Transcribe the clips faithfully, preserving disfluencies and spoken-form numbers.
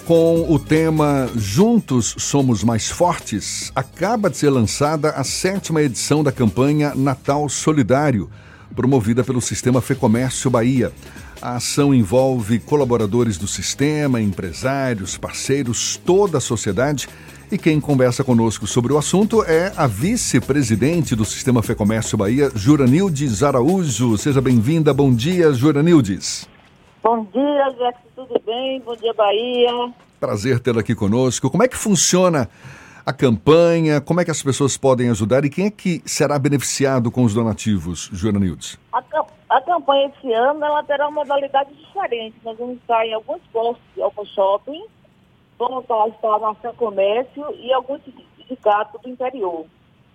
Com o tema Juntos Somos Mais Fortes, acaba de ser lançada a sétima edição da campanha Natal Solidário, promovida pelo Sistema Fecomércio Bahia. A ação envolve colaboradores do sistema, empresários, parceiros, toda a sociedade. E quem conversa conosco sobre o assunto é a vice-presidente do Sistema Fecomércio Bahia, Juranildes Araújo. Seja bem-vinda. Bom dia, Juranildes. Bom dia, Jefferson, tudo bem? Bom dia, Bahia. Prazer tê-la aqui conosco. Como é que funciona a campanha? Como é que as pessoas podem ajudar? E quem é que será beneficiado com os donativos, Juranildes? A, a campanha esse ano ela terá uma modalidade diferente. Nós vamos estar em alguns postos, alguns shopping, vamos estar, estar na Ação Comércio e alguns sindicatos do interior.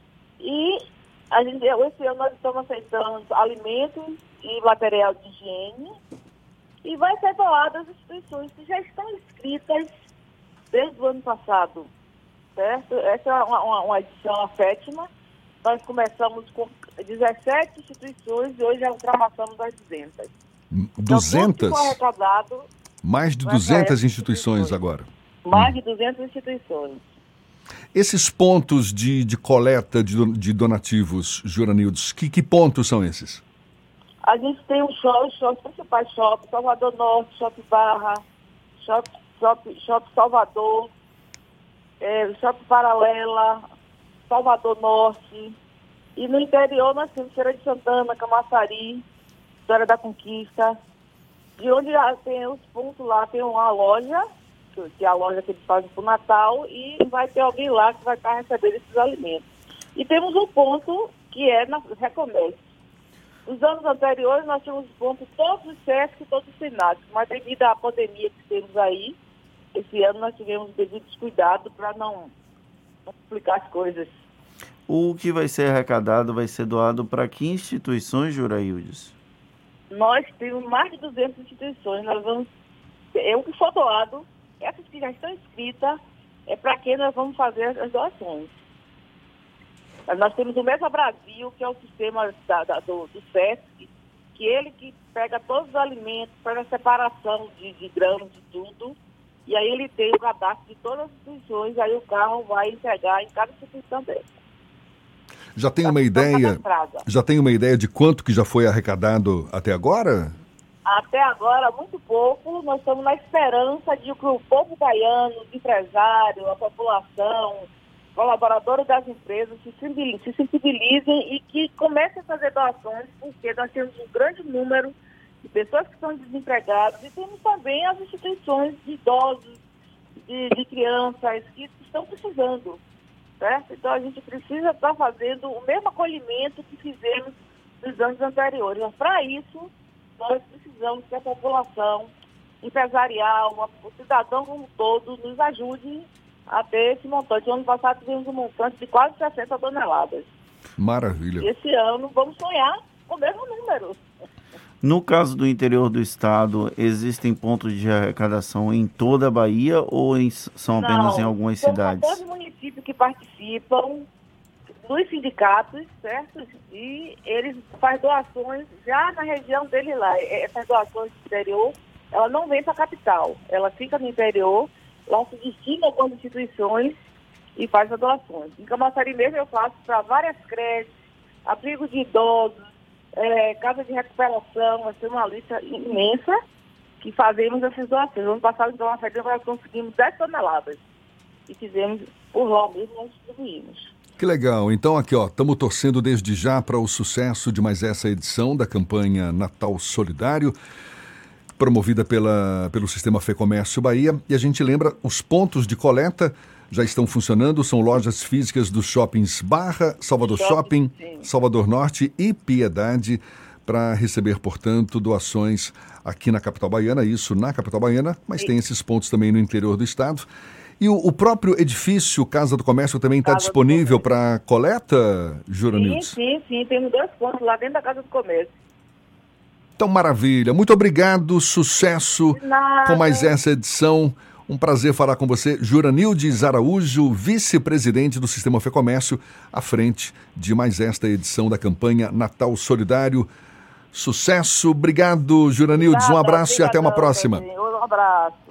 E a gente, esse ano nós estamos aceitando alimentos e material de higiene. E vai ser doado às instituições que já estão inscritas desde o ano passado, certo? Essa é uma, uma, uma edição, a sétima. Nós começamos com dezessete instituições e hoje já ultrapassamos as duzentas. duzentas? Então, arrecadado, mais de duzentas instituições agora. Mais de duzentas instituições. Esses pontos de, de coleta de, de donativos, Juranildes, que, que pontos são esses? A gente tem um shopping, os principais shopping, Salvador Norte, Shopping Barra, Shopping shop, shop Salvador, é, Shopping Paralela, Salvador Norte. E no interior nós temos Feira de Santana, Camaçari, História da Conquista. De onde tem os pontos lá, tem uma loja, que é a loja que eles fazem para o Natal, e vai ter alguém lá que vai estar recebendo esses alimentos. E temos um ponto que é na Recomércio. Nos anos anteriores, nós tínhamos pontos todos os SESC e todos os SENAC, mas devido à pandemia que temos aí, esse ano nós tivemos devidos cuidados para não, não complicar as coisas. O que vai ser arrecadado vai ser doado para que instituições, Juraildes? Nós temos mais de duzentas instituições, nós vamos, é o que for doado, essas que já estão inscritas, é para quem nós vamos fazer as doações. Nós temos o Mesa Brasil, que é o sistema da, da, do, do SESC, que ele que pega todos os alimentos, faz a separação de, de grãos, de tudo, e aí ele tem o cadastro de todas as instituições, aí o carro vai entregar em cada instituição dessa. Já tem uma ideia, já tem uma ideia de quanto que já foi arrecadado até agora? Até agora, muito pouco. Nós estamos na esperança de que o povo baiano, os empresários, a população, colaboradores das empresas se sensibilizem e que comecem a fazer doações, porque nós temos um grande número de pessoas que estão desempregadas e temos também as instituições de idosos, de, de crianças que estão precisando, certo? Então a gente precisa estar fazendo o mesmo acolhimento que fizemos nos anos anteriores. Mas para isso, nós precisamos que a população empresarial, o cidadão como um todo, nos ajude a ter esse montante. O ano passado tivemos um montante de quase sessenta toneladas. Maravilha. E esse ano vamos sonhar com o mesmo número. No caso do interior do estado, existem pontos de arrecadação em toda a Bahia ou em, são apenas Não, em algumas são cidades? São todos os municípios que participam dos sindicatos, certo? E eles fazem doações já na região dele lá. Essas doações do interior, ela não vem para a capital. Ela fica no interior. Lá se destina algumas instituições e faz as doações. Em Camaçari mesmo eu faço para várias creches, abrigo de idosos, é, casa de recuperação, vai ser uma lista imensa que fazemos essas doações. No ano passado, em Camaçari, nós conseguimos dez toneladas e fizemos por lá mesmo, nós distribuímos. Que legal. Então aqui, ó, estamos torcendo desde já para o sucesso de mais essa edição da campanha Natal Solidário, promovida pela, pelo Sistema Fecomércio Bahia. E a gente lembra, os pontos de coleta já estão funcionando, são lojas físicas dos shoppings Barra, Salvador Shopping, Shopping Salvador Norte e Piedade, para receber, portanto, doações aqui na capital baiana, isso na capital baiana, mas tem esses pontos também no interior do estado. E o, o próprio edifício Casa do Comércio também está disponível para coleta, Juranildes? Sim, sim, sim, temos dois pontos lá dentro da Casa do Comércio. Então, maravilha. Muito obrigado, sucesso com mais essa edição. Um prazer falar com você, Juranildes Araújo, vice-presidente do Sistema Fecomércio, à frente de mais esta edição da campanha Natal Solidário. Sucesso, obrigado, Juranildes. Um abraço e até uma próxima. Um abraço.